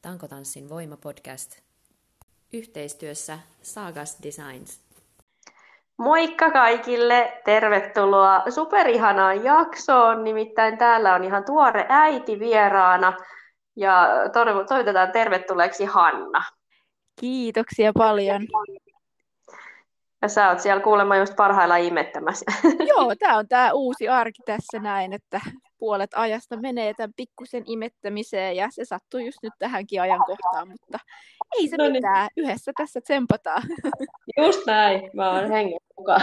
Tankotanssin voimapodcast yhteistyössä Sagas Designs. Moikka kaikille! Tervetuloa superihanaan jaksoon. Nimittäin täällä on ihan tuore äiti vieraana ja toivotetaan tervetulleeksi Hanna. Kiitoksia paljon. Ja sä oot siellä kuulemma just parhaillaan imettämässä. Joo, tää uusi arki tässä näin, että puolet ajasta menee tämän pikkusen imettämiseen ja se sattuu just nyt tähänkin ajankohtaan, mutta ei se mitään, yhdessä tässä tsempataan. Just näin, mä oon hengen mukaan.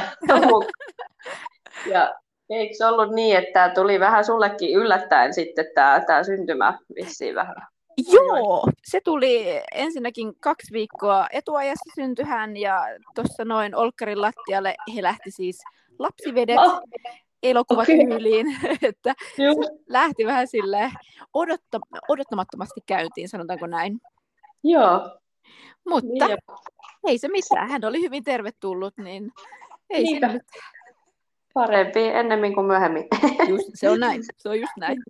Ja eikö se ollut niin, että tämä tuli vähän sullekin yllättäen sitten tämä syntymä vissiin vähän? Joo, se tuli ensinnäkin 2 viikkoa etuajassa syntyi hän ja tuossa noin olkkarin lattialle he lähti siis lapsivedet elokuvatyyliin, että se lähti vähän silleen odottamattomasti käyntiin, sanotaanko näin. Joo. Mutta ei se mitään, hän oli hyvin tervetullut, niin ei siinä mitään. Parempi ennemmin kuin myöhemmin. Just, se on näin, se on just näin.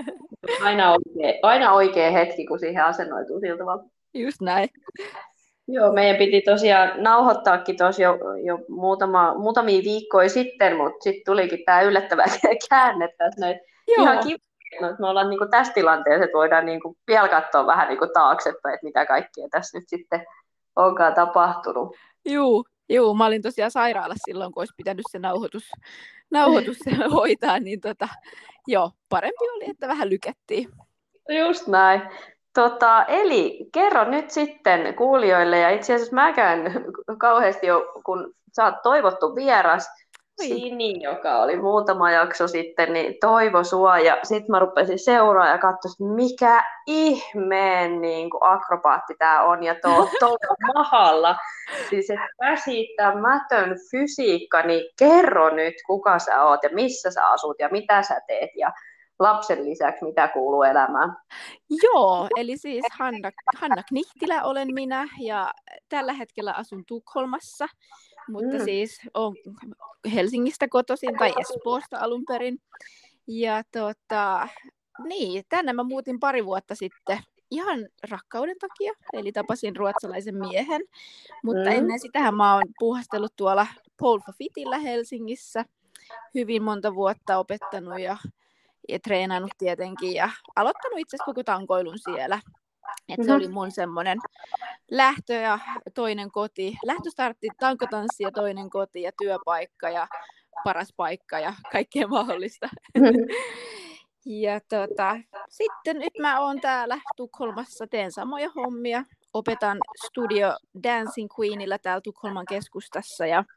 Aina oikea hetki, kun siihen asennoituu sillä tavalla. Just näin. Joo, meidän piti tosiaan nauhoittaakin tuossa jo muutamia viikkoja sitten, mutta sitten tulikin tämä yllättävä käänne tässä näin. Ihan kiva, että me ollaan niinku tässä tilanteessa, että voidaan niinku vielä katsoa vähän niinku taaksepäin, että mitä kaikkea tässä nyt sitten onkaan tapahtunut. Joo, mä olin tosiaan sairaalassa silloin, kun olisi pitänyt se nauhoitus hoitaa, niin joo, parempi oli, että vähän lykättiin. Just näin. Eli kerro nyt sitten kuulijoille, ja itse asiassa mäkään kauheasti jo, kun sä oot toivottu vieras, Sini, joka oli muutama jakso sitten, niin toivo sua, ja sitten mä rupesin seuraamaan ja katsoin, mikä ihmeen niin kuin akrobaatti tää on, ja tuolla mahalla, siis että käsittämätön fysiikka, niin kerro nyt, kuka sä oot, ja missä sä asut, ja mitä sä teet, ja lapsen lisäksi, mitä kuuluu elämään? Joo, eli siis Hanna Knihtilä olen minä, ja tällä hetkellä asun Tukholmassa, mutta siis olen Helsingistä kotoisin tai Espoosta alun perin. Ja niin, tänne mä muutin 2 vuotta sitten ihan rakkauden takia, eli tapasin ruotsalaisen miehen, mutta ennen sitähän mä oon puuhastellut tuolla Pole for Fitillä Helsingissä, hyvin monta vuotta opettanut ja treenannut tietenkin ja aloittanut itse asiassa koko tankoilun siellä. Se oli mun semmoinen lähtö ja toinen koti. Lähtöstartti, tankotanssi ja toinen koti ja työpaikka ja paras paikka ja kaikkea mahdollista. Ja sitten nyt mä oon täällä Tukholmassa, teen samoja hommia. Opetan Studio Dancing Queenillä täällä Tukholman keskustassa ja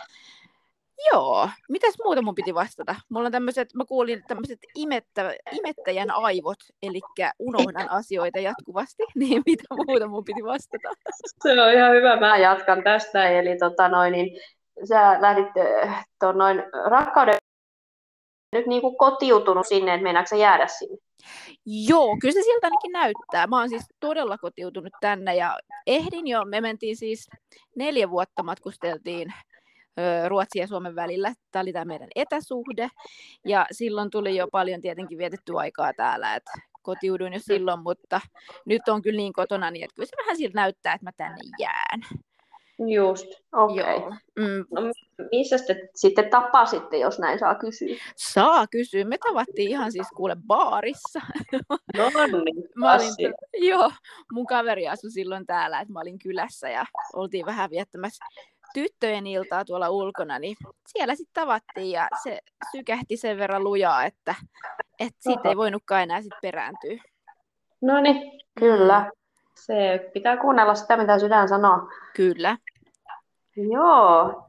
joo, mitäs muuta mun piti vastata? Mulla on mä kuulin tämmöiset imettäjän aivot, eli unohdan asioita jatkuvasti, niin mitä muuta mun piti vastata? Se on ihan hyvä, mä jatkan tästä, eli niin sä lähdit rakkauden nyt niinku kotiutunut sinne, että meinaatko sä jäädä sinne? Joo, kyllä se siltä ainakin näyttää. Mä oon siis todella kotiutunut tänne ja ehdin jo, me mentiin siis 4 vuotta matkusteltiin Ruotsin ja Suomen välillä. Tämä oli tämä meidän etäsuhde ja silloin tuli jo paljon tietenkin vietettyä aikaa täällä, että kotiuduin jo silloin, mutta nyt on kyllä niin kotona, niin että kyllä se vähän siltä näyttää, että mä tänne jään. Just, okei. No, missä te sitten tapasitte, jos näin saa kysyä? Saa kysyä. Me tavattiin ihan siis kuule baarissa. No niin, joo, mun kaveri asui silloin täällä, että mä olin kylässä ja oltiin vähän viettämässä tyttöjen iltaa tuolla ulkona, niin siellä sitten tavattiin ja se sykähti sen verran lujaa, että siitä ei voinutkaan enää sit perääntyä. No niin, kyllä. Se pitää kuunnella sitä, mitä sydän sanoo. Kyllä. Joo,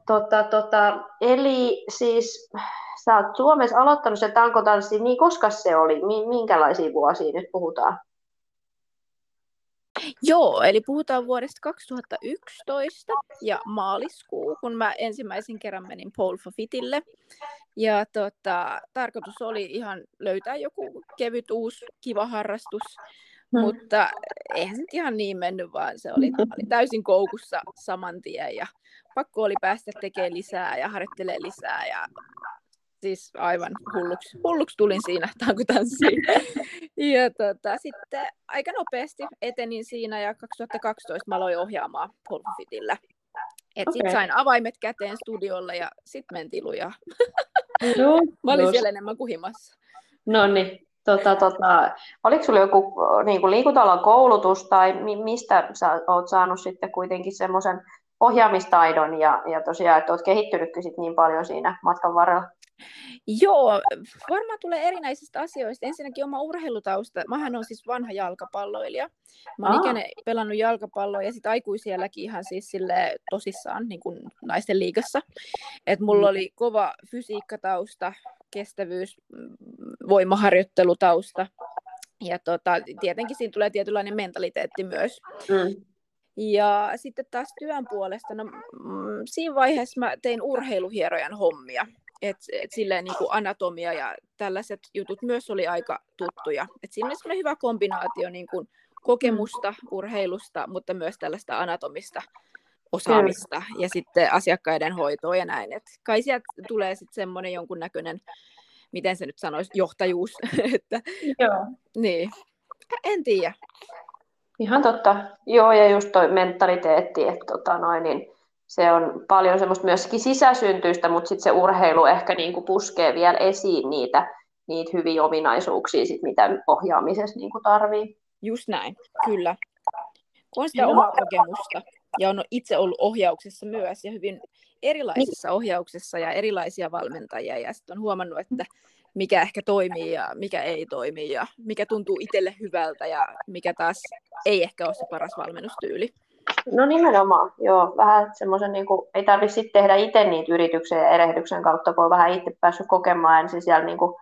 eli siis sä oot Suomessa aloittanut se tankotanssi, niin koska se oli? Minkälaisia vuosia nyt puhutaan? Joo, eli puhutaan vuodesta 2011 ja maaliskuu, kun mä ensimmäisen kerran menin Pole for Fitille. Ja tarkoitus oli ihan löytää joku kevyt uusi kiva harrastus, mutta eihän se ihan niin mennyt, vaan se oli täysin koukussa saman tien ja pakko oli päästä tekemään lisää ja harjoittelemaan lisää ja siis aivan hulluksi tulin siinä tankotanssiin. Ja sitten aika nopeasti etenin siinä ja 2012 mä aloin ohjaamaan Polfitillä. Sitten sain avaimet käteen studiolle ja sitten mentiin lujaa. Mä olin siellä enemmän kuin himassa. No niin. Oliko sulla joku niin kuin liikunta-alan koulutus tai mistä sä oot saanut sitten kuitenkin semmoisen ohjaamistaidon ja tosiaan, että oot kehittynytkin sit niin paljon siinä matkan varrella? Joo, varmaan tulee erinäisistä asioista. Ensinnäkin oma urheilutausta. Mähän on siis vanha jalkapalloilija. Mä oon ikäinen pelannut jalkapalloa ja sitten aikuisielläkin ihan siis tosissaan niin kuin naisten liigassa. Et mulla oli kova fysiikkatausta, kestävyys, voimaharjoittelutausta ja tietenkin siinä tulee tietynlainen mentaliteetti myös. Ja sitten taas työn puolesta, siinä vaiheessa mä tein urheiluhierojan hommia. Et silleen niin kuin anatomia ja tällaiset jutut myös oli aika tuttuja. Et siinä oli semmoinen hyvä kombinaatio niin kuin kokemusta urheilusta, mutta myös tällaista anatomista osaamista ja sitten asiakkaiden hoitoa ja näin. Et kai sieltä tulee sitten semmoinen jonkunnäköinen, miten se nyt sanoisi, johtajuus. Että, Joo. Niin, en tiedä. Ihan totta. Joo, ja just toi mentaliteetti, että niin se on paljon semmoista myöskin sisäsyntyistä, mutta sitten se urheilu ehkä niinku puskee vielä esiin niitä hyviä ominaisuuksia, sit, mitä ohjaamisessa niinku tarvii. Just näin, kyllä. On sitä omaa kokemusta ja on itse ollut ohjauksessa myös ja hyvin erilaisissa ohjauksessa ja erilaisia valmentajia ja sitten on huomannut, että mikä ehkä toimii ja mikä ei toimi ja mikä tuntuu itselle hyvältä ja mikä taas ei ehkä ole se paras valmennustyyli. No nimenomaan, joo. Vähän semmoisen, niin kuin, ei tarvitse sitten tehdä itse niitä yrityksiä ja erehdyksen kautta, kun on vähän itse päässyt kokemaan ensin siellä niin kuin,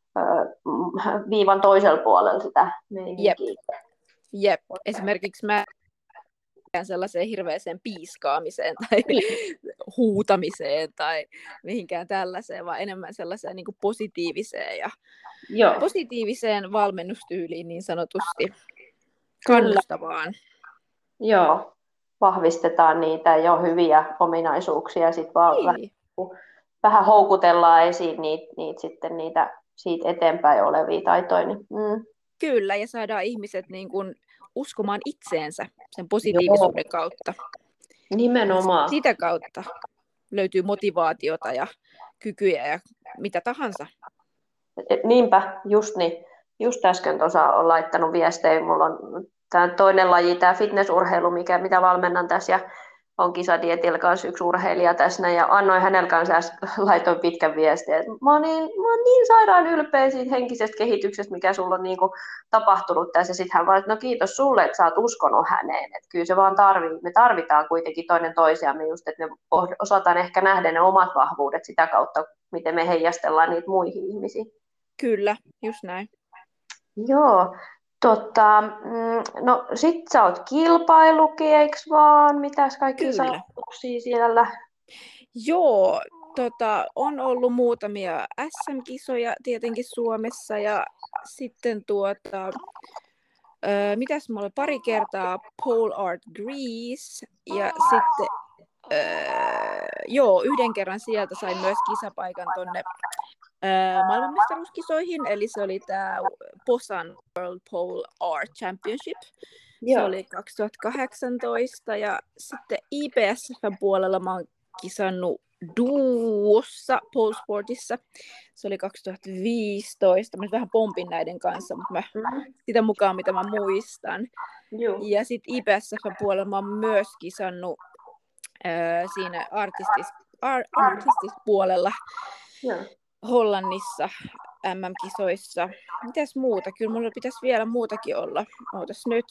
viivan toisella puolella sitä meininkiä. Jep. Esimerkiksi mä sellaiseen hirveäseen piiskaamiseen tai huutamiseen tai mihinkään tällaiseen, vaan enemmän sellaiseen niin kuin positiiviseen ja positiiviseen valmennustyyliin niin sanotusti kannustavaan. Joo, vahvistetaan niitä jo hyviä ominaisuuksia ja sitten vaan vähän houkutellaan esiin niitä siitä eteenpäin olevia taitoja. Kyllä, ja saadaan ihmiset niin kuin uskomaan itseensä sen positiivisuuden kautta. Nimenomaan. Sitä kautta löytyy motivaatiota ja kykyjä ja mitä tahansa. Niinpä, just niin. Just äsken tuossa olen laittanut viestejä. Mulla on tämä toinen laji, tämä fitnessurheilu, mitä valmennan tässä ja on kisadietillä kanssa yksi urheilija tässä ja annoin hänellä kanssa laitoin pitkän viestin, että mä oon niin sairaan ylpeä siitä henkisestä kehityksestä, mikä sulla on niin kuin tapahtunut tässä. Ja sitten hän vaan, että no kiitos sulle, että sä oot uskonut häneen. Että kyllä se vaan me tarvitaan kuitenkin toinen toisiamme just, että me osataan ehkä nähdä ne omat vahvuudet sitä kautta, miten me heijastellaan niitä muihin ihmisiin. Kyllä, just näin. Joo. No sit sä oot kilpailukin, eiks vaan? Mitäs kaikki saavutuksia siellä? Joo, on ollut muutamia SM-kisoja tietenkin Suomessa ja sitten mitäs mulla pari kertaa Pole Art Greece ja sitten yhden kerran sieltä sain myös kisapaikan tonne maailmanmestaruuskisoihin, eli se oli tämä Posan World Pole Art Championship. Joo. Se oli 2018 ja sitten IPSF:n puolella mä oon kisannut duossa Pole Sportissa. Se oli 2015. Mä vähän pompin näiden kanssa, mutta sitä mukaan mitä mä muistan. Joo. Ja sitten IPSF:n puolella mä oon myös kisannut siinä artistis puolella. Joo. Hollannissa MM-kisoissa. Mitäs muuta? Kyllä mulla pitäisi vielä muutakin olla. Ootas nyt.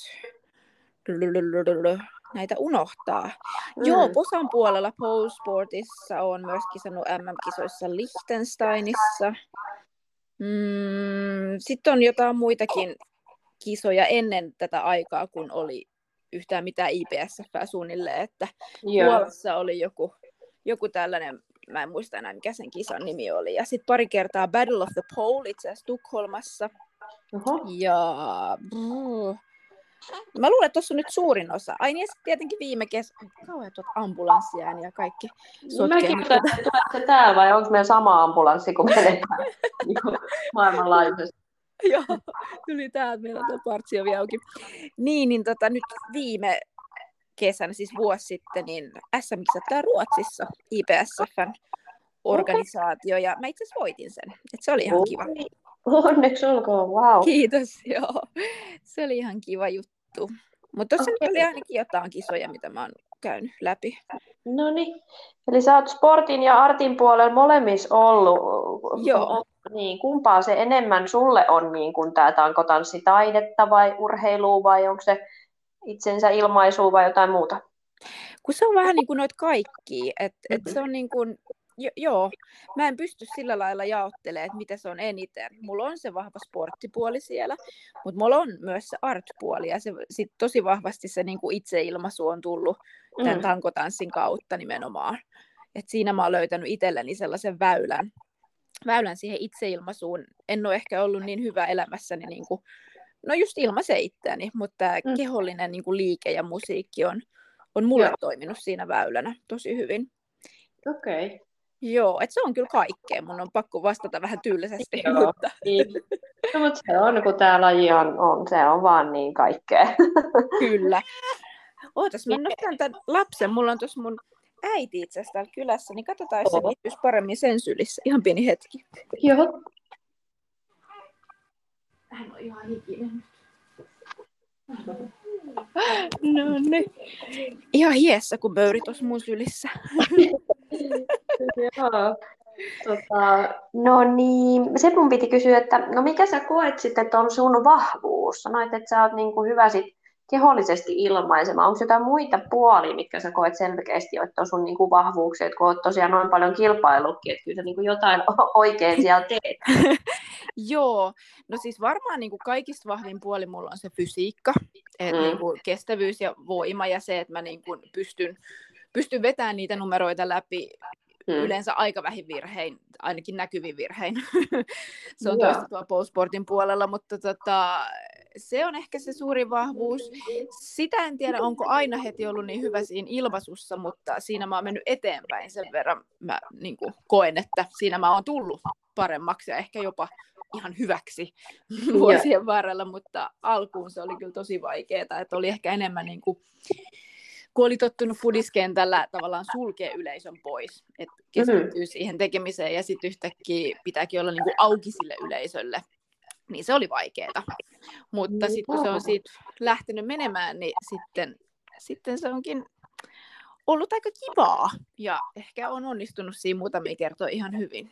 Näitä unohtaa. Joo, Posan puolella Pole Sportissa on myös kisannut MM-kisoissa Liechtensteinissa. Sitten on jotain muitakin kisoja ennen tätä aikaa, kun oli yhtään mitään IPSF:ää suunnilleen. Että Puolassa oli joku tällainen. Mä en muista enää, mikä sen kisan nimi oli. Ja sitten pari kertaa Battle of the Pole itse asiassa Tukholmassa. Ja mä luulen, että tuossa on nyt suurin osa. Ai niin, tietenkin viime kauhean ambulanssiääni ja kaikki sotkee. Mäkin tuleeko se täällä vai onko meillä sama ambulanssi, kun menetään maailmanlaajuisesti? Joo, tuli täältä, meillä on tuo partsiovi auki. Niin, nyt viime kesänä, siis vuosi sitten, niin SM-kisat täällä Ruotsissa, IPSFn organisaatio, ja mä itse asiassa voitin sen, että se oli ihan kiva. Onneksi olkoon, wow. Kiitos, joo. Se oli ihan kiva juttu. Mutta tuossa nyt oli ainakin jotain kisoja, mitä mä oon käynyt läpi. No niin, eli sä oot sportin ja artin puolella molemmissa ollut. Joo. Niin, kumpaa se enemmän sulle on, niin kuin tämä tankotanssitaidetta vai urheilua, vai onko se itsensä ilmaisua vai jotain muuta? Kun se on vähän niin kuin noita kaikkia, että se on niin kuin, joo, mä en pysty sillä lailla jaottelemaan, että mitä se on eniten. Mulla on se vahva sporttipuoli siellä, mutta mulla on myös se art-puoli, ja se sit tosi vahvasti se niin kuin itseilmaisu on tullut tämän tankotanssin kautta nimenomaan. Et siinä mä oon löytänyt itselleni sellaisen väylän siihen itseilmaisuun. En ole ehkä ollut niin hyvä elämässäni, niin kuin, no just ilmaise itseäni, mutta tämä kehollinen niin kuin liike ja musiikki on mulle toiminut siinä väylänä tosi hyvin. Okei. Okay. Joo, että se on kyllä kaikkea. Mun on pakko vastata vähän tyylisesti. Joo, mutta... No, mutta se on, kun tämä laji on, se on vaan niin kaikkea. Kyllä. Ootas, mä nostan tämän lapsen. Mulla on tuossa mun äiti itse asiassa täällä kylässä, niin katsotaan, jos se viihtyisi paremmin sen sylissä. Ihan pieni hetki. Joo. Hän on ihan hikinen. No niin. Ihan hiessä, kun böyri tuossa mun sylissä. Joo. No niin, se mun piti kysyä, että no mikä sä koet sitten, että on sun vahvuus? Sanoit, että sä oot niin kuin hyvä sit kehollisesti ilmaisemaan. Onko jotain muita puolia, mitkä sä koet selkeästi, että on sun niin kuin vahvuuksia, että kun oot tosiaan noin paljon kilpailutkin, että kyllä sä niin kuin jotain oikein siellä teet? Joo, no siis varmaan niin kuin kaikista vahvin puoli mulla on se fysiikka, että niin kuin kestävyys ja voima ja se, että mä niin kuin pystyn vetämään niitä numeroita läpi yleensä aika vähin virhein, ainakin näkyvin virhein. Se on toista tuolla pole-sportin puolella, mutta se on ehkä se suuri vahvuus. Sitä en tiedä, onko aina heti ollut niin hyvä siinä ilmaisussa, mutta siinä mä oon mennyt eteenpäin sen verran. Mä niin kuin koen, että siinä mä oon tullut paremmaksi ja ehkä jopa ihan hyväksi vuosien varrella, mutta alkuun se oli kyllä tosi vaikeaa, että oli ehkä enemmän niin kuin, kun oli tottunut fudiskentällä tavallaan sulkea yleisön pois, että keskittyy siihen tekemiseen ja sitten yhtäkkiä pitääkin olla niin kuin auki sille yleisölle, niin se oli vaikeaa. Mutta sitten kun se on siitä lähtenyt menemään, niin sitten se onkin ollut aika kivaa ja ehkä on onnistunut siinä muutamia kertoja ihan hyvin.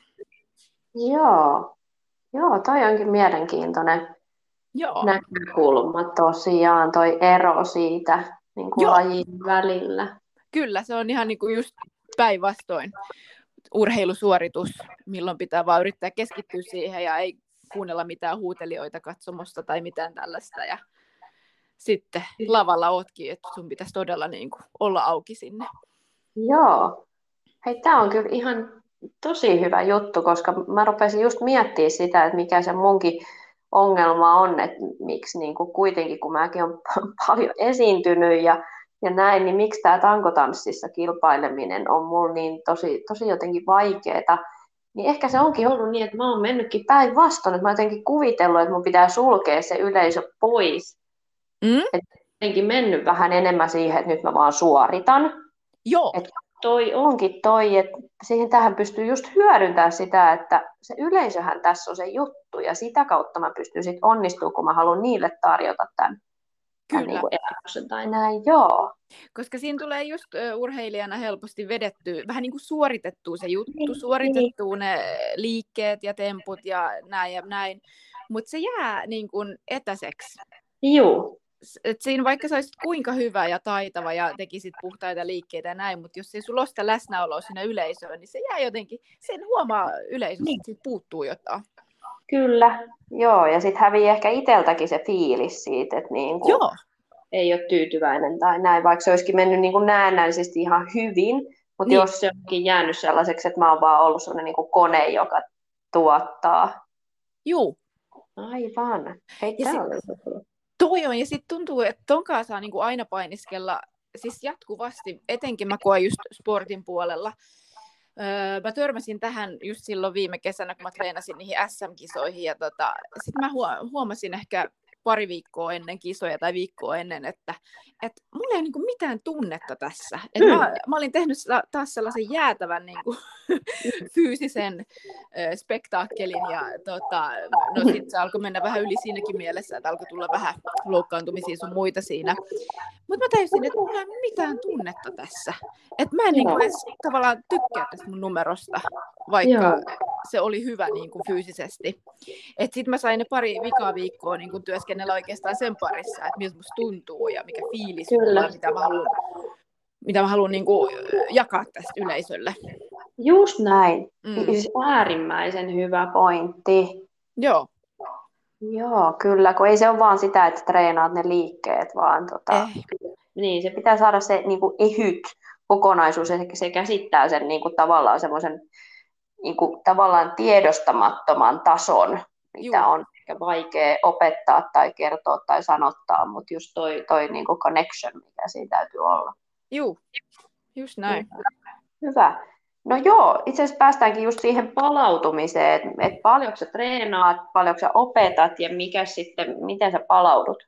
Joo, toi onkin mielenkiintoinen näkökulma tosiaan, toi ero siitä niin kuin lajin välillä. Kyllä, se on ihan niin kuin just päinvastoin urheilusuoritus, milloin pitää vaan yrittää keskittyä siihen ja ei kuunnella mitään huutelijoita katsomosta tai mitään tällaista. Ja sitten lavalla ootkin, että sun pitäisi todella niin kuin olla auki sinne. Joo. Hei, tää on kyllä ihan tosi hyvä juttu, koska mä rupesin just miettimään sitä, että mikä se munkin ongelma on, että miksi niin kuin kuitenkin, kun mäkin olen paljon esiintynyt ja näin, niin miksi tämä tankotanssissa kilpaileminen on mulla niin tosi jotenkin vaikeeta. Niin ehkä se onkin ollut niin, että mä oon mennytkin päinvastoin, että mä oon jotenkin kuvitellut, että mun pitää sulkea se yleisö pois. Että jotenkin mennyt vähän enemmän siihen, että nyt mä vaan suoritan. Joo. Että toi onkin toi, että siihen tähän pystyy just hyödyntämään sitä, että se yleisöhän tässä on se juttu, ja sitä kautta mä pystyn sitten onnistumaan, kun mä haluan niille tarjota tämän niin kuin elämyksen tai näin, joo. Koska siinä tulee just urheilijana helposti vedettyä, vähän niin kuin suoritettua se juttu, suoritettua ne liikkeet ja temput ja näin, mutta se jää niin kuin etäiseksi. Joo. Et siinä vaikka sä olisit kuinka hyvä ja taitava ja tekisit puhtaita liikkeitä ja näin, mutta jos ei sulla ole sitä läsnäoloa siinä yleisöön, niin se jää jotenkin, sen huomaa yleisössä, että siitä puuttuu jotain. Kyllä, joo, ja sitten hävii ehkä itseltäkin se fiilis siitä, että niin kuin ei ole tyytyväinen tai näin, vaikka se olisikin mennyt niin kuin näennäisesti ihan hyvin, mutta jos se onkin jäänyt sellaiseksi, että mä oon vaan ollut sellainen niin kuin kone, joka tuottaa. Joo. Aivan. Hei, toi on, ja sitten tuntuu, että ton kanssa saa niinku aina painiskella siis jatkuvasti, etenkin mä koen just sportin puolella, Mä törmäsin tähän just silloin viime kesänä, kun mä treenasin niihin SM-kisoihin. Ja sitten mä huomasin ehkä pari viikkoa ennen kisoja tai viikkoa ennen, että mulla ei ole niinku mitään tunnetta tässä. Mä olin tehnyt taas sellaisen jäätävän niinku, fyysisen spektaakkelin ja no sit se alkoi mennä vähän yli siinäkin mielessä, että alkoi tulla vähän loukkaantumisia sun muita siinä. Mutta mä täysin, että mulla ei ole mitään tunnetta tässä. Että mä en niinku edes tavallaan tykkää tästä mun numerosta, vaikka se oli hyvä niinku fyysisesti. Että sit mä sain ne pari vikaa viikkoa niinku työskennellä oikeastaan sen parissa, että miltä musta tuntuu ja mikä fiilis mulla on, mitä mä haluan niinku jakaa tästä yleisölle. Just näin. Siis äärimmäisen hyvä pointti. Joo. Joo, kyllä, kun ei se ole vaan sitä, että treenaat ne liikkeet, vaan niin, se pitää saada se niinku ehyt kokonaisuus, eli se käsittää sen niinku tavallaan semmoisen niinku tavallaan tiedostamattoman tason, mitä on ehkä vaikea opettaa tai kertoa tai sanottaa, mutta just toi niinku connection, mikä siinä täytyy olla. Joo, just näin. Hyvä. No joo, itse asiassa päästäänkin just siihen palautumiseen, että paljonko sä treenaat, paljonko sä opetat ja miten sä palaudut?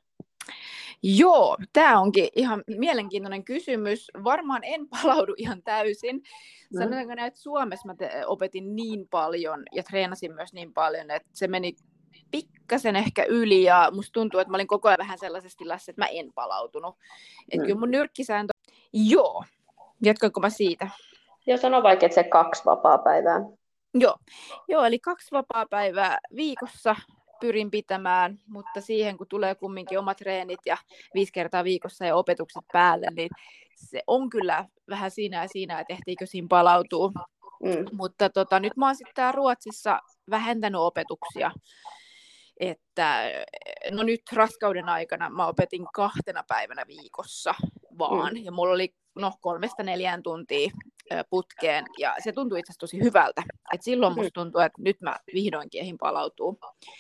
Joo, tämä onkin ihan mielenkiintoinen kysymys. Varmaan en palaudu ihan täysin. Sanotaanko näin, että Suomessa mä opetin niin paljon ja treenasin myös niin paljon, että se meni pikkasen ehkä yli ja musta tuntuu, että mä olin koko ajan vähän sellaisessa tilassa, että mä en palautunut. Että kyllä mun nyrkkisääntö... Joo, jatkanko mä siitä? Joo, sano vaikka, että se 2 vapaapäivää. Joo, eli 2 vapaapäivää viikossa pyrin pitämään, mutta siihen kun tulee kumminkin omat treenit ja 5 kertaa viikossa ja opetukset päälle, niin se on kyllä vähän siinä, että ehtiikö siinä palautuu. Mutta nyt mä oon sitten täällä Ruotsissa vähentänyt opetuksia. Että no nyt raskauden aikana mä opetin 2 päivänä viikossa vaan, ja mulla oli 3-4 tuntia putkeen, ja se tuntui itse asiassa tosi hyvältä. Et silloin musta tuntuu, että nyt mä vihdoinkin ehdin palautuu.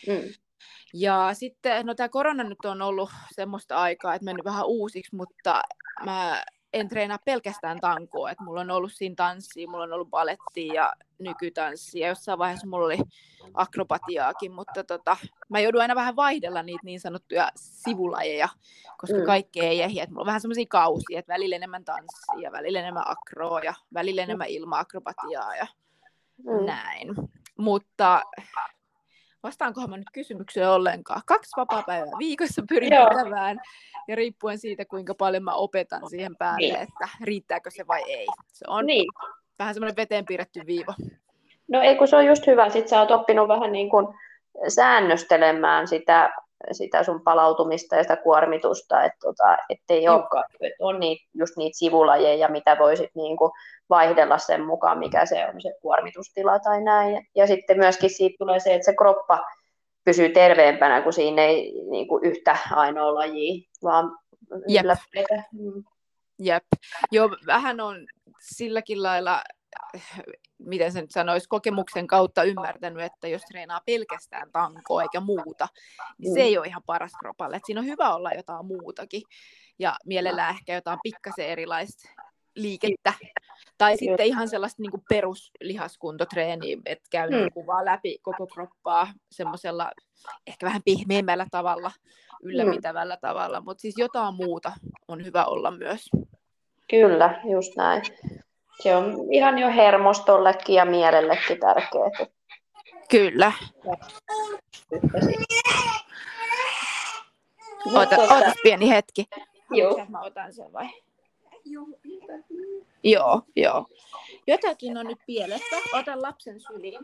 Ja sitten, no tää korona nyt on ollut semmoista aikaa, että mennyt vähän uusiksi, mutta mä en treenaa pelkästään tankoa, että mulla on ollut siinä tanssia, mulla on ollut balettia ja nykytanssia, ja jossain vaiheessa mulla oli akrobatiaakin, mutta mä joudun aina vähän vaihdella niitä niin sanottuja sivulajeja, koska kaikki ei ehdi, että mulla on vähän semmoisia kausia, että välillä enemmän tanssia ja välillä enemmän akroa ja välillä enemmän ilma-akrobatiaa ja näin, mutta vastaankohan mä nyt kysymykseen ollenkaan. 2 vapaapäivää viikossa pyrin pitämään ja riippuen siitä, kuinka paljon mä opetan siihen päälle, että riittääkö se vai ei. Se on vähän semmoinen veteen piirretty viiva. No ei, kun se on just hyvä. Sitten sä oot oppinut vähän niin kuin säännöstelemään sitä sun palautumista ja sitä kuormitusta, ettei olekaan, että on just niitä sivulajeja, mitä voisit niin kuin vaihdella sen mukaan, mikä se on se kuormitustila tai näin. Ja sitten myöskin siitä tulee se, että se kroppa pysyy terveempänä, kun siinä ei niin kuin yhtä ainoa lajia, vaan ylläpitetä. Jep. Joo, vähän on silläkin lailla, miten sen sanoisi, kokemuksen kautta ymmärtänyt, että jos treenaa pelkästään tankoa eikä muuta, niin se ei ole ihan paras kropalle. Et siinä on hyvä olla jotain muutakin ja mielellään ehkä jotain pikkasen erilaista liikettä. Tai sitten ihan sellaista niin kuin peruslihaskuntotreeniä, että käy niin kuin vaan läpi koko kroppaa semmoisella ehkä vähän pehmeämmällä tavalla, ylläpitävällä tavalla, mutta siis jotain muuta on hyvä olla myös. Kyllä, just näin. Se on ihan jo hermostollekin ja mielellekin tärkeää. Kyllä. Ota pieni hetki. Joo. Mä otan sen vai? Joo. Jotakin on nyt pielessä. Otan lapsen syliin.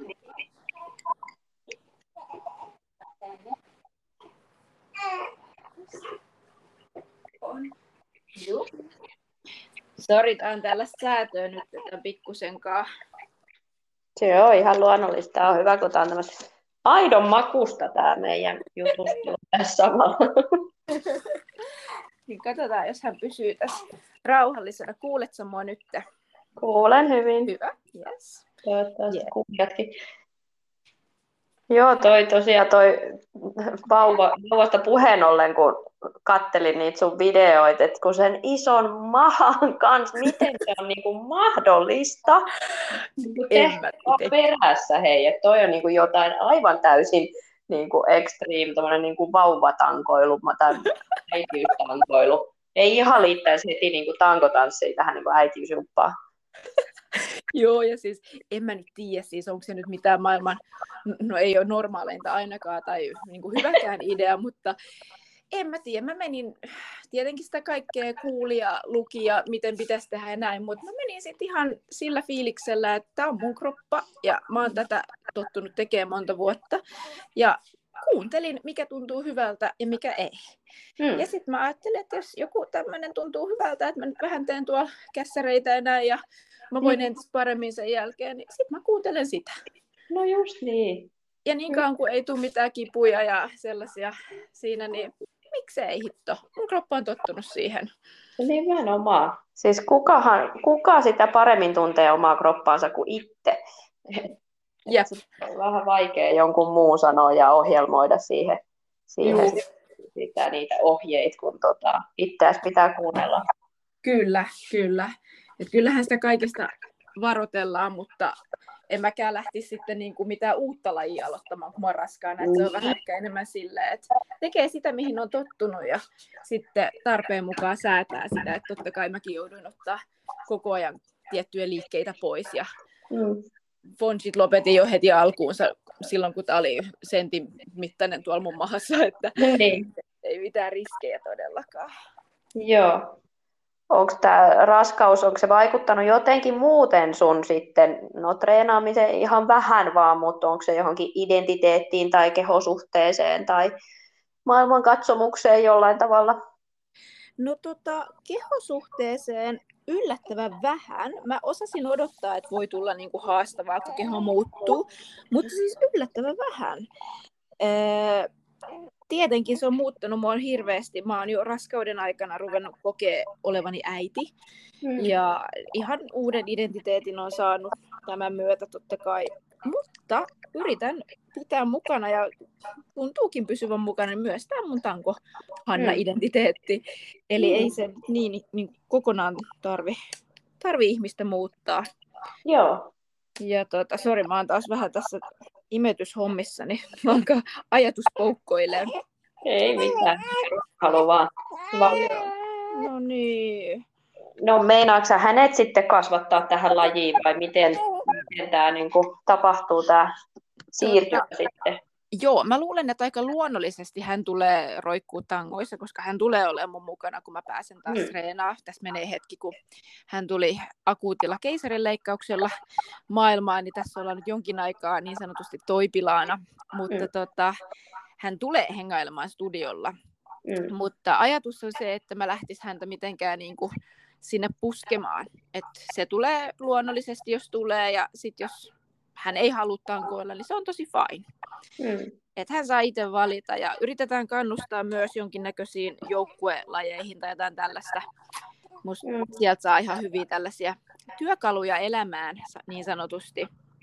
Joo. Sori, tää on tällaista säätöä nyt tätä pikkusenkaan. Se on ihan luonnollista. Tämä on hyvä, kun tämä on tämmöistä aidon makusta tämä meidän jutustelu tässä samalla. Niin katsotaan, jos hän pysyy tässä rauhallisena. Kuuletko mua nyt? Kuulen hyvin. Hyvä, yes. Toivottavasti kuulijatkin. Joo, toi vauvasta puheen ollen, kun kattelin niitä sun videoita, että kun sen ison mahan kanssa, miten se on niinku mahdollista niinku En tehdä mä vaan tiedä. perässä, hei, että toi on niinku jotain aivan täysin niinku extreme, tommonen niinku vauvatankoilu tai äitiystankoilu. Ei ihan liittäisi heti niinku tankotanssiin tähän niinku äitiysjuppaan. Joo, ja siis en mä nyt tiedä, siis onko se nyt mitään maailman, no ei ole normaaleinta ainakaan, tai niin kuin hyväkään idea, mutta en mä tiedä. Mä menin, tietenkin sitä kaikkea kuuli ja luki ja miten pitäisi tehdä ja näin, mutta mä menin sitten ihan sillä fiiliksellä, että tää on mun kroppa, ja mä oon tätä tottunut tekemään monta vuotta, ja kuuntelin, mikä tuntuu hyvältä ja mikä ei. Ja sitten mä ajattelin, että jos joku tämmöinen tuntuu hyvältä, että mä nyt vähän teen tuolla kässäreitä ja näin, ja mä voin entistä paremmin sen jälkeen, niin sitten mä kuuntelen sitä. No just niin. Ja niin kauan kuin ei tule mitään kipuja ja sellaisia siinä, niin miksei hitto? Mun kroppa on tottunut siihen. Nimenomaan. Siis kuka sitä paremmin tuntee omaa kroppaansa kuin itse? Jep. On vähän vaikea jonkun muun sanoa ja ohjelmoida siihen niitä ohjeita, kun itseäsi pitää kuunnella. Kyllä. Et kyllähän sitä kaikesta varoitellaan, mutta en mäkään lähtisi sitten niin kuin mitään uutta lajia aloittamaan, kun mä oon raskaana. Se on vähän ehkä enemmän silleen, että tekee sitä, mihin on tottunut ja sitten tarpeen mukaan säätää sitä. Että totta kai mäkin jouduin ottaa koko ajan tiettyjä liikkeitä pois ja fonsit lopetin jo heti alkuunsa silloin, kun tää oli sentin mittainen tuolla mun mahassa, että ei mitään riskejä todellakaan. Joo. Onko tämä raskaus, onko se vaikuttanut jotenkin muuten sun sitten, no treenaamiseen ihan vähän vaan, mutta onko se johonkin identiteettiin tai kehosuhteeseen tai maailmankatsomukseen jollain tavalla? No kehosuhteeseen yllättävän vähän. Mä osasin odottaa, että voi tulla niinku haastavaa, kun keho muuttuu, mutta siis yllättävän vähän. Tietenkin se on muuttanut mua hirveästi. Mä oon jo raskauden aikana ruvennut kokea olevani äiti. Ja ihan uuden identiteetin on saanut tämän myötä totta kai. Mutta yritän pitää mukana ja tuntuukin pysyvän mukana myös tämä mun tanko Hanna-identiteetti. Eli ei se niin kokonaan tarvi ihmistä muuttaa. Joo. Ja sori, mä oon taas vähän tässä imetyshommissani. Mä oonkaan ajatus poukkoilee. Ei mitään. Haluan vaan. No niin. No meinaatko sä hänet sitten kasvattaa tähän lajiin vai miten tämä niinku tapahtuu tämä siirtymä sitten? Joo, mä luulen, että aika luonnollisesti hän tulee roikkuu tangoissa, koska hän tulee olemaan mun mukana, kun mä pääsen taas treenaamaan. Tässä menee hetki, kun hän tuli akuutilla keisarinleikkauksella maailmaan, niin tässä ollaan nyt jonkin aikaa niin sanotusti toipilaana. Mutta hän tulee hengailemaan studiolla. Mutta ajatus on se, että mä lähtis häntä mitenkään niin kuin sinne puskemaan. Että se tulee luonnollisesti, jos tulee, ja sitten jos hän ei halua tankoilla, niin se on tosi fine. Että hän saa itse valita, ja yritetään kannustaa myös jonkinnäköisiin joukkuelajeihin tai jotain tällaista. Musta sieltä saa ihan hyviä tällaisia työkaluja elämään, niin sanotusti.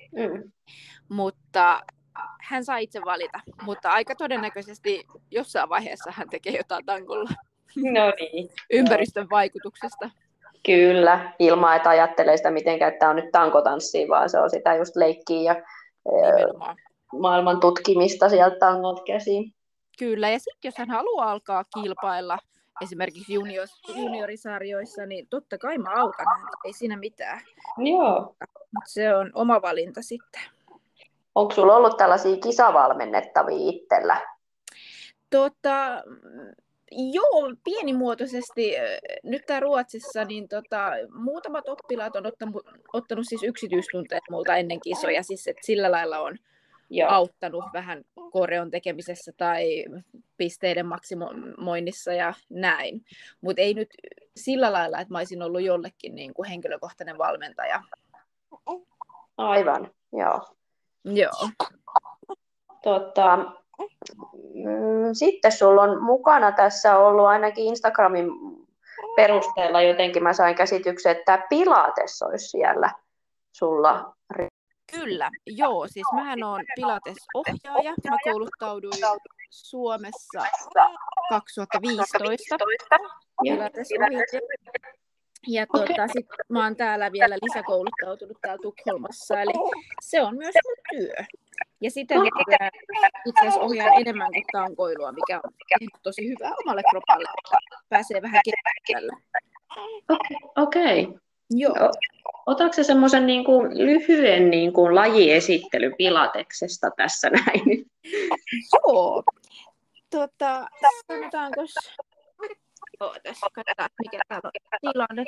Mutta hän saa itse valita, mutta aika todennäköisesti jossain vaiheessa hän tekee jotain tankolla. No niin. Ympäristön vaikutuksesta. Kyllä, ilman että ajattelee sitä mitenkään, että tämä on nyt tankotanssia, vaan se on sitä just leikkiä ja maailman tutkimista sieltä tangot käsiin. Kyllä, ja sitten jos hän haluaa alkaa kilpailla esimerkiksi juniorisarjoissa, niin totta kai mä autan häntä, ei siinä mitään. Joo. Mutta se on oma valinta sitten. Onko sulla ollut tällaisia kisavalmennettavia itsellä? Joo, pienimuotoisesti. Nyt tää Ruotsissa, niin muutamat oppilaat on ottanut siis yksityistunteet multa ennen kisoja, siis että sillä lailla on auttanut vähän koreon tekemisessä tai pisteiden maksimoinnissa ja näin. Mutta ei nyt sillä lailla, että mä olisin ollut jollekin niin kuin henkilökohtainen valmentaja. Aivan, joo. Joo. Sitten sulla on mukana tässä ollut ainakin Instagramin perusteella jotenkin mä sain käsityksen, että tämä Pilates olisi siellä sulla. Kyllä, joo. Siis mähän oon Pilates-ohjaaja. Mä kouluttauduin Suomessa 2015 Pilates-ohjaaja. Ja sit mä oon täällä vielä lisäkouluttautunut täällä Tukholmassa, eli se on myös mun työ. Ja sitä nykyään itse asiassa ohjaan enemmän kuin tankoilua, mikä on tosi hyvä omalle kropalle, että pääsee vähän kehittämällä. Okei. Joo. Otatko sä semmoisen niin kuin lyhyen niin kuin lajiesittelyn Pilateksesta tässä näin? Joo. Sanotaanko... Tässä katsotaan, mikä täällä on tilanne.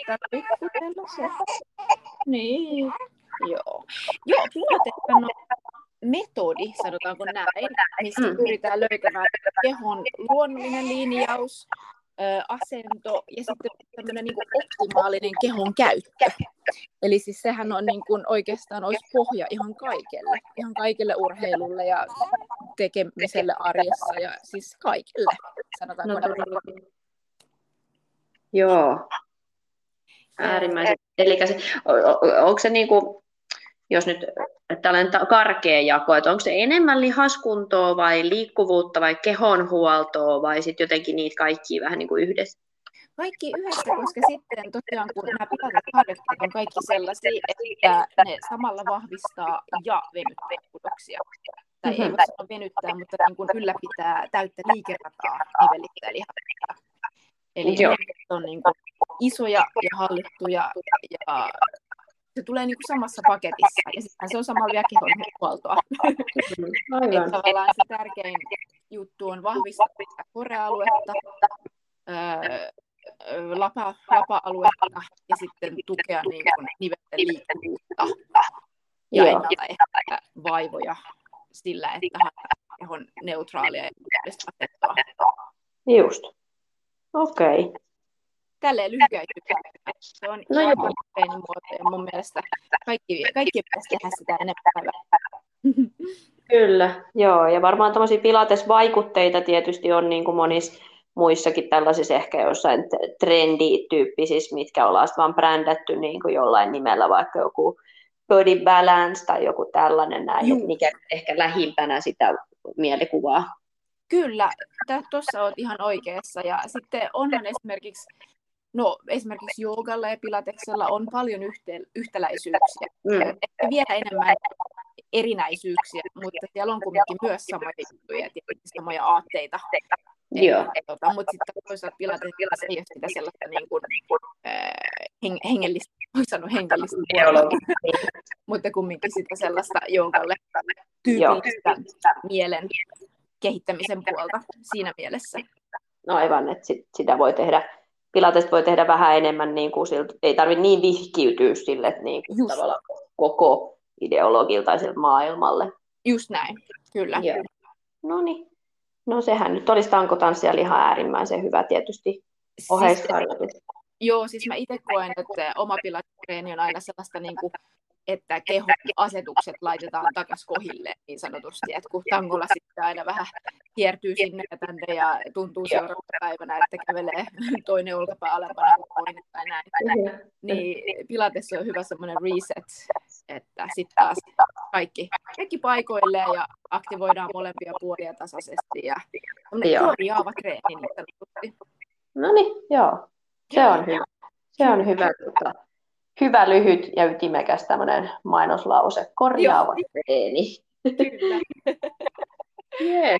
Niin. Joo, Pilateshan on metodi, sanotaanko näin, missä pyritään löytämään kehon luonnollinen linjaus, asento ja sitten tämmöinen niin kuin optimaalinen kehon käyttö. Eli siis sehän on niin kuin oikeastaan olisi pohja ihan kaikelle urheilulle ja tekemiselle arjessa ja siis kaikille, sanotaanko näin. Joo. Äärimmäisen. Eli onko se niin kuin, jos nyt tällainen karkea jako, että onko se enemmän lihaskuntoa vai liikkuvuutta vai kehonhuoltoa vai sitten jotenkin niitä kaikkia vähän niin kuin yhdessä? Kaikki yhdessä, koska sitten tosiaan kun nämä Pilates-harjoitteet on kaikki sellaisia, että ne samalla vahvistaa ja venyttää kudoksia. Tai ei voi sanoa venyttää, mutta niin kuin ylläpitää täyttä liikerataa, nivelittää lihaksia. Eli on niin kuin isoja ja hallittuja ja se tulee niin kuin samassa paketissa ja sitten se on samalla vielä kehonhuoltoa. Että tavallaan se tärkein juttu on vahvistaa korealuetta, lapa-aluetta ja sitten tukea niin kuin nivelten liikkuvuutta ja ennaltaehkäistä vaivoja sillä, että kehon neutraalia ja asettua. Just. Okei. Tälleen lyhykäisyydessä. Se on ihan pieni muoto ja mun mielestä kaikki pitäisi tehdä sitä enemmän. Kyllä, joo. Ja varmaan tämmöisiä pilatesvaikutteita tietysti on niin kuin monissa muissakin tällaisissa ehkä jossain trendityyppisissä, mitkä ollaan vaan brändätty niin kuin jollain nimellä, vaikka joku body balance tai joku tällainen näin, että mikä ehkä lähimpänä sitä mielikuvaa. Kyllä, tuossa olet ihan oikeassa. Ja sitten onhan esimerkiksi joogalla ja pilateksella on paljon yhtäläisyyksiä. Ehkä vielä enemmän erinäisyyksiä, mutta siellä on kuitenkin myös samoja juttuja ja samoja aatteita. Mutta sitten toisaalta pilateksessa ei ole sitä sellaista niin kuin, hengellistä, voi sanoa hengellistä, mutta kumminkin sitä sellaista joogalle tyypillistä mielen kehittämisen puolta siinä mielessä. No aivan, että sitä voi tehdä, pilatesta voi tehdä vähän enemmän, niin kuin siltä, ei tarvitse niin vihkiytyä sille, että niin kuin tavallaan koko ideologilta tai sille maailmalle. Just näin, kyllä. Noniin. No sehän nyt olisi tankotanssijalla ihan äärimmäisen hyvä tietysti oheisharjoitus. Joo, siis mä itse koen, että oma pilatestreeni on aina sellaista niin kuin, että kehon asetukset laitetaan takaisin kohille niin sanotusti, että kun tangolla sitten aina vähän kiertyy sinne ja tänne ja tuntuu seuraavana päivänä, että kävelee toinen olkapää alempana kuin toinen tai näin, niin pilates on hyvä semmoinen reset, että sitten taas kaikki paikoilleen ja aktivoidaan molempia puolia tasaisesti ja korjaava treeni niin sanotusti. No niin, joo. Se on hyvä. Se on hyvä. Hyvä, lyhyt ja ytimekäs tämmöinen mainoslause. Korjaava treeni. Kyllä. Yeah.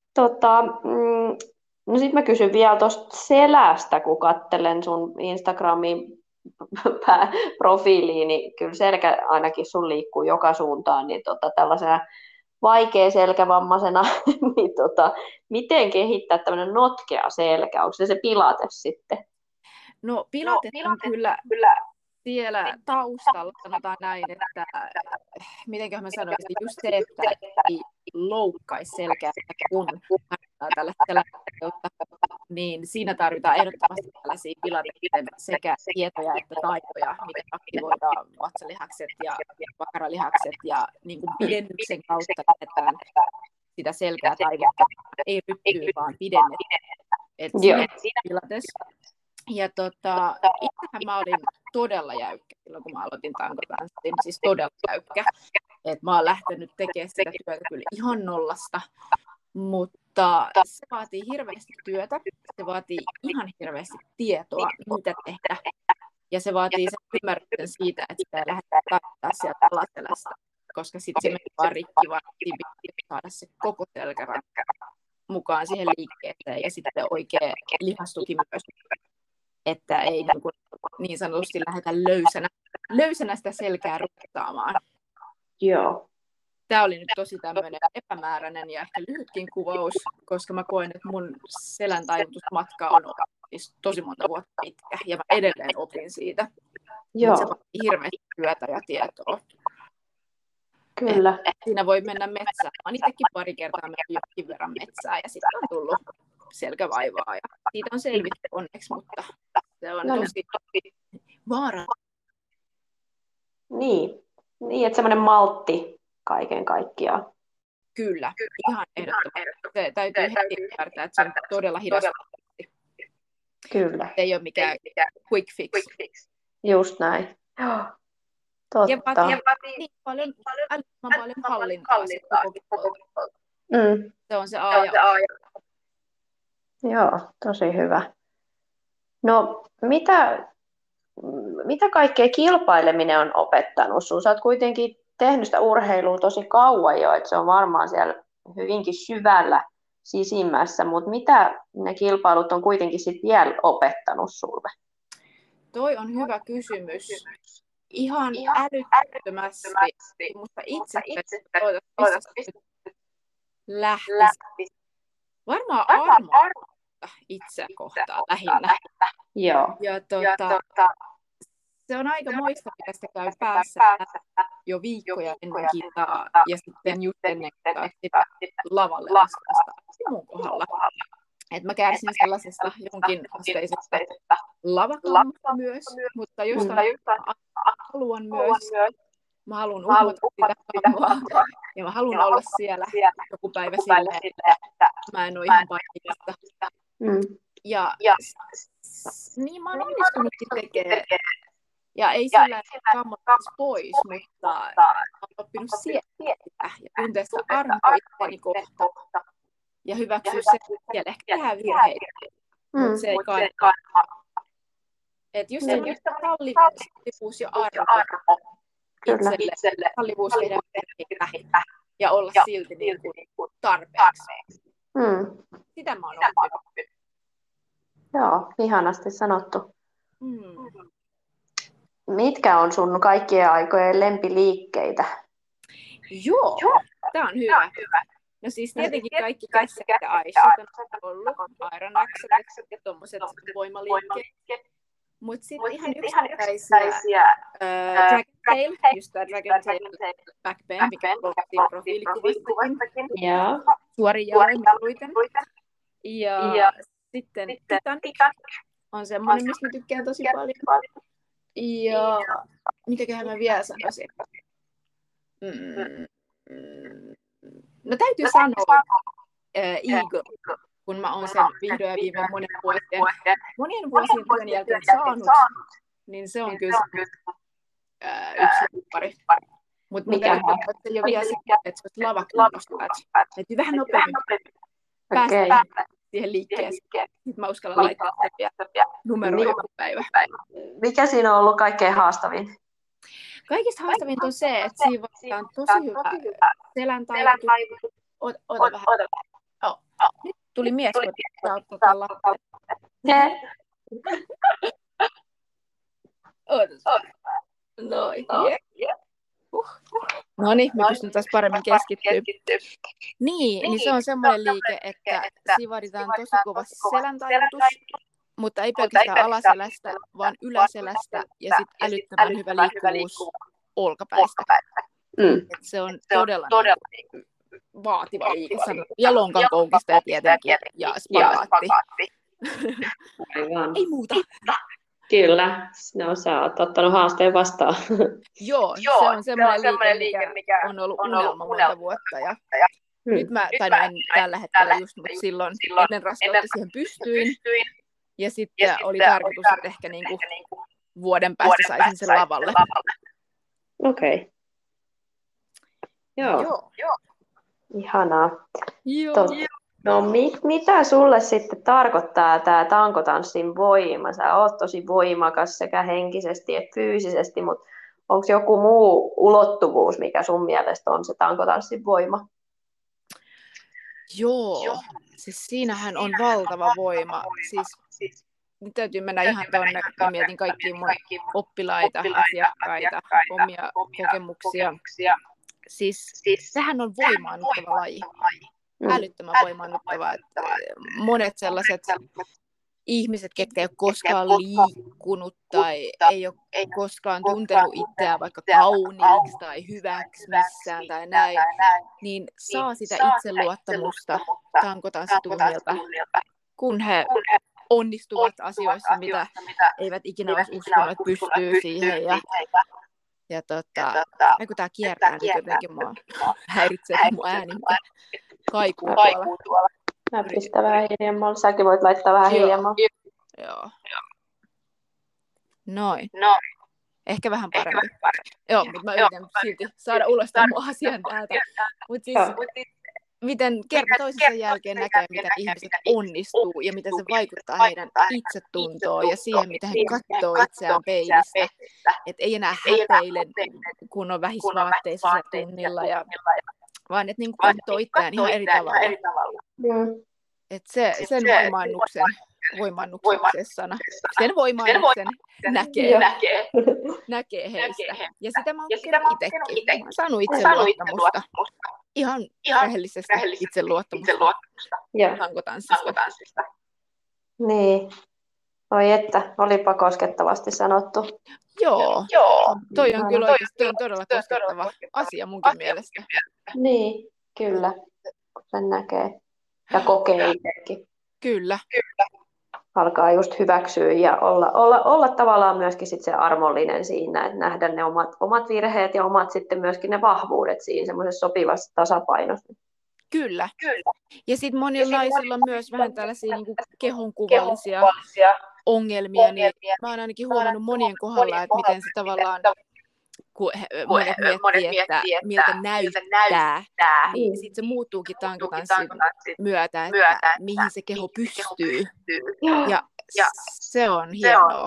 No sit mä kysyn vielä tuosta selästä, kun katselen sun Instagramin profiiliin, niin kyllä selkä ainakin sun liikkuu joka suuntaan, niin tällaisena vaikea selkävammaisena, niin miten kehittää tämmöinen notkea selkä? Onko se pilates sitten? No pilates on kyllä siellä taustalla, sanotaan näin, että mitenköhän mä sanoisin, just se, että ei loukkaisi selkeää, kun tällä niin siinä tarvitaan ehdottomasti tällaisia pilatesten sekä tietoja että taitoja, miten aktivoidaan vatsalihakset ja vakaralihakset ja niin kuin pidennyksen kautta lähdetään sitä selkää taivuttaa, ei ryppyy, vaan pidennetään. Pilates. Ja itsehän mä olin todella jäykkä silloin, kun mä aloitin tankotanssin, siis todella jäykkä. että mä oon lähtenyt tekemään sitä työtä kyllä ihan nollasta, mutta se vaatii hirveästi työtä, se vaatii ihan hirveästi tietoa, mitä tehdä, ja se vaatii sen ymmärryksen siitä, että sitä ei lähdetä taittaa sieltä alaselästä, koska sitten se menee vaan rikki, vaan pitää saada se koko selkäranka mukaan siihen liikkeeseen, ja sitten oikea lihastuki myös, että ei niin sanotusti lähdetä löysänä sitä selkää rukkaamaan. Joo. Tämä oli nyt tosi tämmöinen epämääräinen ja ehkä lyhytkin kuvaus, koska mä koen, että mun selän taivutusmatka on siis tosi monta vuotta pitkä, ja mä edelleen opin siitä. Mutta se vaatii hirveästi työtä ja tietoa. Kyllä. Siinä voi mennä metsään. Mä oon itsekin pari kertaa mennyt jonkin verran metsään, ja sitten on tullut selkävaivaa. Ja siitä on selvitty onneksi, mutta se on tosi vaarallista. Niin, että semmoinen maltti kaiken kaikkiaan. Kyllä, ihan ehdottomasti. Se täytyy heti ymmärtää, että se on todella hidasta. Kyllä. Se ei ole mikään quick fix. Just näin. Totta. Ja vaatii niin paljon hallintaa. Se on se A ja O. Joo, tosi hyvä. No, mitä kaikkea kilpaileminen on opettanut sinulle? Sä oot kuitenkin tehnyt sitä urheilua tosi kauan jo, että se on varmaan siellä hyvinkin syvällä sisimmässä, mutta mitä ne kilpailut on kuitenkin sit vielä opettanut sinulle? Toi on hyvä kysymys. Ihan älyttömästi, mutta itse lähtisi. Varmaan armoa itse kohtaan lähinnä. Joo. Ja se on aika moista, mitä sitä käy päässä jo viikkoja ennen kisaa ja sitten just ennen sitä lavalle laskasta mun kohdalla. Et mä kärsin sellaisesta jonkin asteisesta lavakammasta myös, mutta jostain haluan myös. Mä haluan uhmata sitä kammaa ja mä haluan olla siellä joku päivä silleen, että mä en ole ihan paikasta. Ja niin mä oon onnistunutkin tekemään. Ja ei sillä kammottaisi pois, mutta mä oon oppinut sieltä ja tuntea sitä armoa itseäni kohtaan. Ja hyväksyä se, että siellä ehkä tehdään virheitä, mutta se ei kaipaa. Että just semmoinen sallivuus ja arvo itselle, sallivuus tehdä virheitä ja olla silti niin kuin tarpeeksi. Sitä mä oon oppinut. Joo, ihanasti sanottu. Mitkä on sun kaikkien aikojen lempiliikkeitä? Joo, tää on hyvä. No siis tietenkin kaikki kässäkät ja aisat on ollut, aeronaxat ja tommoset voimaliikkeet. Mut sit ihan yksittäisiä Dragon Tail, just tää Dragon Tail backbend, mikä luotiin profiilikuvastakin. Suorin jaloin mieluiten. Ja sitten Titanic on semmonen, mistä mä tykkään tosi paljon. Ja mitäköhän mä vielä sanoisin? No täytyy sanoa Eagle, kun mä oon sen vihdoin ja viimein monien vuosien työn jälkeen saanut, niin se on kyllä yksi lemppari. Mutta mikä se ei ole vielä sitä, että se olisi lavakunnosta. Täytyy vähän nopeammin päästä siihen liikkeeseen. Sitten mä uskallan laittaa vielä numeroja joku päivä. Mikä siinä on ollut kaikkein haastavin? Kaikista haastavinta on se, että siinä on tosi hyvä selän taivutus. Ota vähän. Nyt tuli mies, kun ottaa tätä lappua. Noin. No niin, me pystyn taas paremmin keskittyä. Niin se on semmoinen liike, että siinä vaaditaan tosi kova selän taivutus, mutta ei pelkästään alaselästä, vaan yläselästä ja sitten älyttömän hyvä liikkuvuus olkapäistä. Se on todella vaativa liike. Ja lonkan koukistaja tietenkin ja spagaatti. Ei muuta. Kyllä, no sä oot ottanut haasteen vastaan. Joo, se on semmoinen liike, mikä on ollut unelma monta vuotta. Ja nyt mä en tällä hetkellä just, mutta silloin ennen raskautta siihen pystyin. Ja sitten oli tarkoitus, että ehkä niinku vuoden päästä saisin sen lavalle. Okei. Joo. Ihanaa. Joo. No mitä sulle sitten tarkoittaa tämä tankotanssin voima? Sä oot tosi voimakas sekä henkisesti että fyysisesti, mutta onko joku muu ulottuvuus, mikä sun mielestä on se tankotanssin voima? Joo. Siis siinähän on valtava voima. Siis nyt täytyy mennä ihan tuonne, kun mietin kaikkia mun oppilaita, asiakkaita, omia kokemuksia. Siis sehän on voimaannuttava laji. Älyttömän voimaannuttava. Että monet sellaiset ihmiset, ketkä ei ole koskaan liikkunut tai ei ole koskaan tuntenut itseään vaikka kauniiksi tai hyväksi missään tai näin, niin saa sitä itseluottamusta tankotanssitunnilta, kun he onnistuvat asioissa, mitä eivät ikinä olisi uskonut, että pystyy siihen. Ja kun tää kiertää nyt jotenkin mua häiritsee mun ääni, mutta kaikuu tuolla. Mä pistän vähän hiljemmalla. Säkin voit laittaa vähän hiljemmalla. Joo. Noin. Ehkä vähän parempi. Joo, mutta mä yritän silti saada ulos tämän mun asian täältä. Mutta siis, miten kerta toisensa jälkeen näkee, miten ihmiset onnistuu ja miten se vaikuttaa heidän itsetuntoon ja siihen, miten he katsoo itseään peilistä. Että ei enää häpeile, kun on vähisvaatteissa tunnilla, vaan että niin katsoo itseään ihan eri tavalla. Että sen sen voimaannuksen näkee heistä. Ja sitä mä oon itsekin. Mä oon saanut itseluottamusta. Ihan rehellisesti itseluottamusta tankotanssista. Niin. Oi että, olipa koskettavasti sanottu. Joo. Toi on kyllä oikeasti todella koskettava asia munkin mielestä. Niin, kyllä. Kun sen näkee ja kokee itsekin. Kyllä. Alkaa just hyväksyä ja olla tavallaan myöskin sit se armollinen siinä, että nähdä ne omat virheet ja omat sitten myöskin ne vahvuudet siinä semmoisessa sopivassa tasapainossa. Kyllä. Ja sitten monilla naisilla on myös vähän tällaisia niin kuin kehonkuvallisia ongelmia, niin mä oon ainakin huomannut monien kohdalla, että miten se tavallaan, kun monet miettii, että miltä näyttää, niin sitten se muuttuukin tankotanssin myötä, että mihin se keho pystyy. Ja se on hienoa.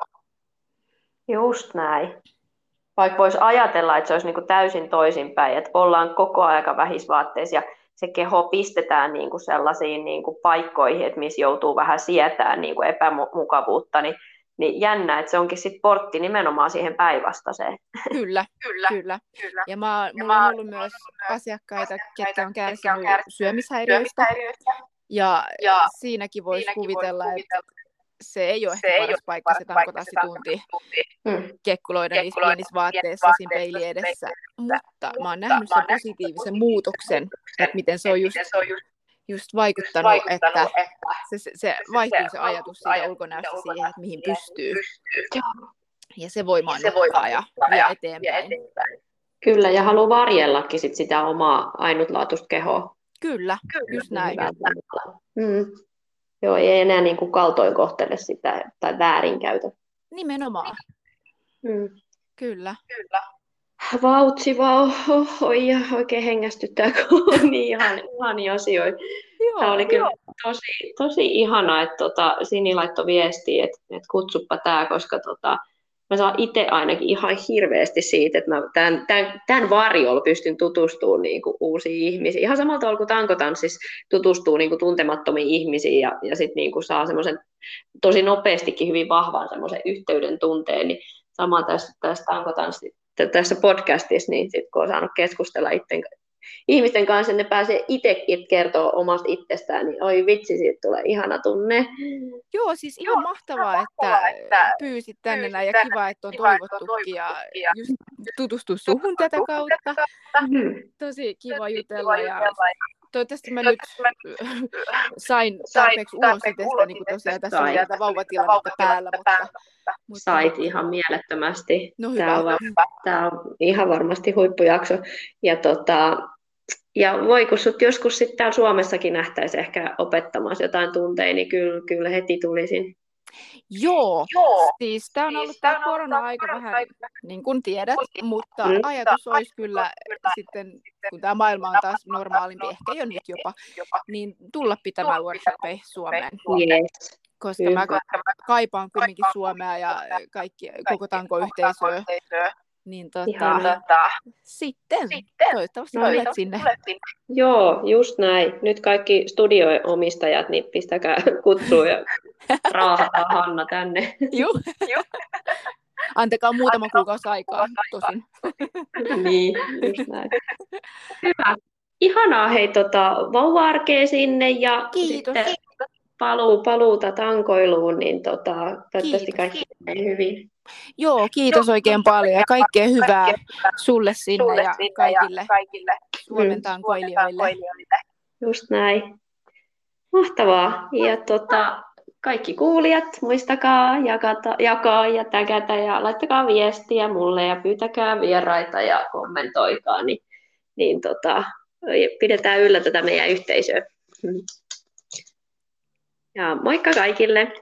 Just näin. Vaikka voisi ajatella, että se olisi niinku täysin toisinpäin, että ollaan koko aika vähisvaatteissa ja se keho pistetään niinku sellaisiin niinku paikkoihin, että missä joutuu vähän sietään niinku epämukavuutta, niin jännä, että se onkin sitten portti nimenomaan siihen päinvastaiseen. Kyllä. Ja mulla on ollut myös asiakkaita, ketkä on kärsinyt syömishäiriöistä. Ja siinäkin voisi kuvitella, että se ei ole ehkä paras paikka se tankotanssitunti kekkuloida niissä pienissä vaatteissa siinä peilin edessä. Mutta mä oon nähnyt sen positiivisen muutoksen, että miten se on just vaikuttanut, että se vaihtuu se ajatus siitä ulkonäöstä siihen, että mihin pystyy. Ja se voimaannuttaa ja vie eteenpäin. Kyllä, ja haluaa varjellakin sitä omaa ainutlaatuista kehoa. Kyllä, just näin. Joo, ei enää niin kuin kaltoin kohtele sitä tai väärinkäytä. Nimenomaan. Kyllä. Vautsi vaan, oikein hengästyttää, kun on niin ihania asioita. Tämä oli kyllä tosi ihana, että Sini laittoi viestiä, että kutsuppa tämä, koska mä saan itse ainakin ihan hirveästi siitä, että mä tämän varjolla pystyn tutustumaan niin kuin uusiin ihmisiin. Ihan samalla tavalla kuin tankotanssissa tutustuu niin kuin tuntemattomiin ihmisiin ja sitten niin kuin saa semmoisen tosi nopeastikin hyvin vahvan semmoisen yhteyden tunteen, niin sama tässä tankotanssissa. Tässä podcastissa, niin sit, kun on saanut keskustella ihmisten kanssa, ne pääsee itsekin kertoa omasta itsestään, niin oi vitsi, siitä tulee ihana tunne. Joo, siis ihan mahtavaa, että pyysit tänne näin ja kiva, että on toivottukin ja just tutustua suhun tätä kautta. Tosi kiva jutella ja toivottavasti mä nyt sain tarpeeksi ulos itsestä, niin kuin tosiaan tässä on tätä vauvatilannetta päällä. Mutta sait ihan mielettömästi. No hyvä. Tämä on ihan varmasti huippujakso. Ja voi, kun sut joskus sitten täällä Suomessakin nähtäisi ehkä opettamassa jotain tunteja, niin kyllä heti tulisin. Joo, siis tämä on ollut tämä korona-aika vähän, niin kuin tiedät, mutta ajatus olisi kyllä sitten, kun tämä maailma on taas normaalimpi, ehkä jo nyt jopa, niin tulla pitämään workshoppeja Suomeen. Yes. Koska mä kaipaan kuitenkin Suomea ja koko tankoyhteisöä. Niin sitten toivottavasti tulet sinne. Joo, just näin. Nyt kaikki studio-omistajat, niin pistäkää kutsua ja raahataan Hanna tänne. Joo. Antakaa muutama kuukausi aikaa, tosin. Niin, just näin. Hyvä. Ihanaa, hei, vauva-arkea sinne ja Kiitos. Sitten paluuta tankoiluun, niin toivottavasti kaikki menee hyvin. Joo, kiitos oikein paljon ja kaikkea hyvää sulle sinne ja kaikille Suomen tankoilijoille. Just näin. Mahtavaa. Ja kaikki kuulijat, muistakaa jakaa ja tägätä ja laittakaa viestiä mulle ja pyytäkää vieraita ja kommentoikaa, niin pidetään yllä tätä meidän yhteisöä. Ja moikka kaikille!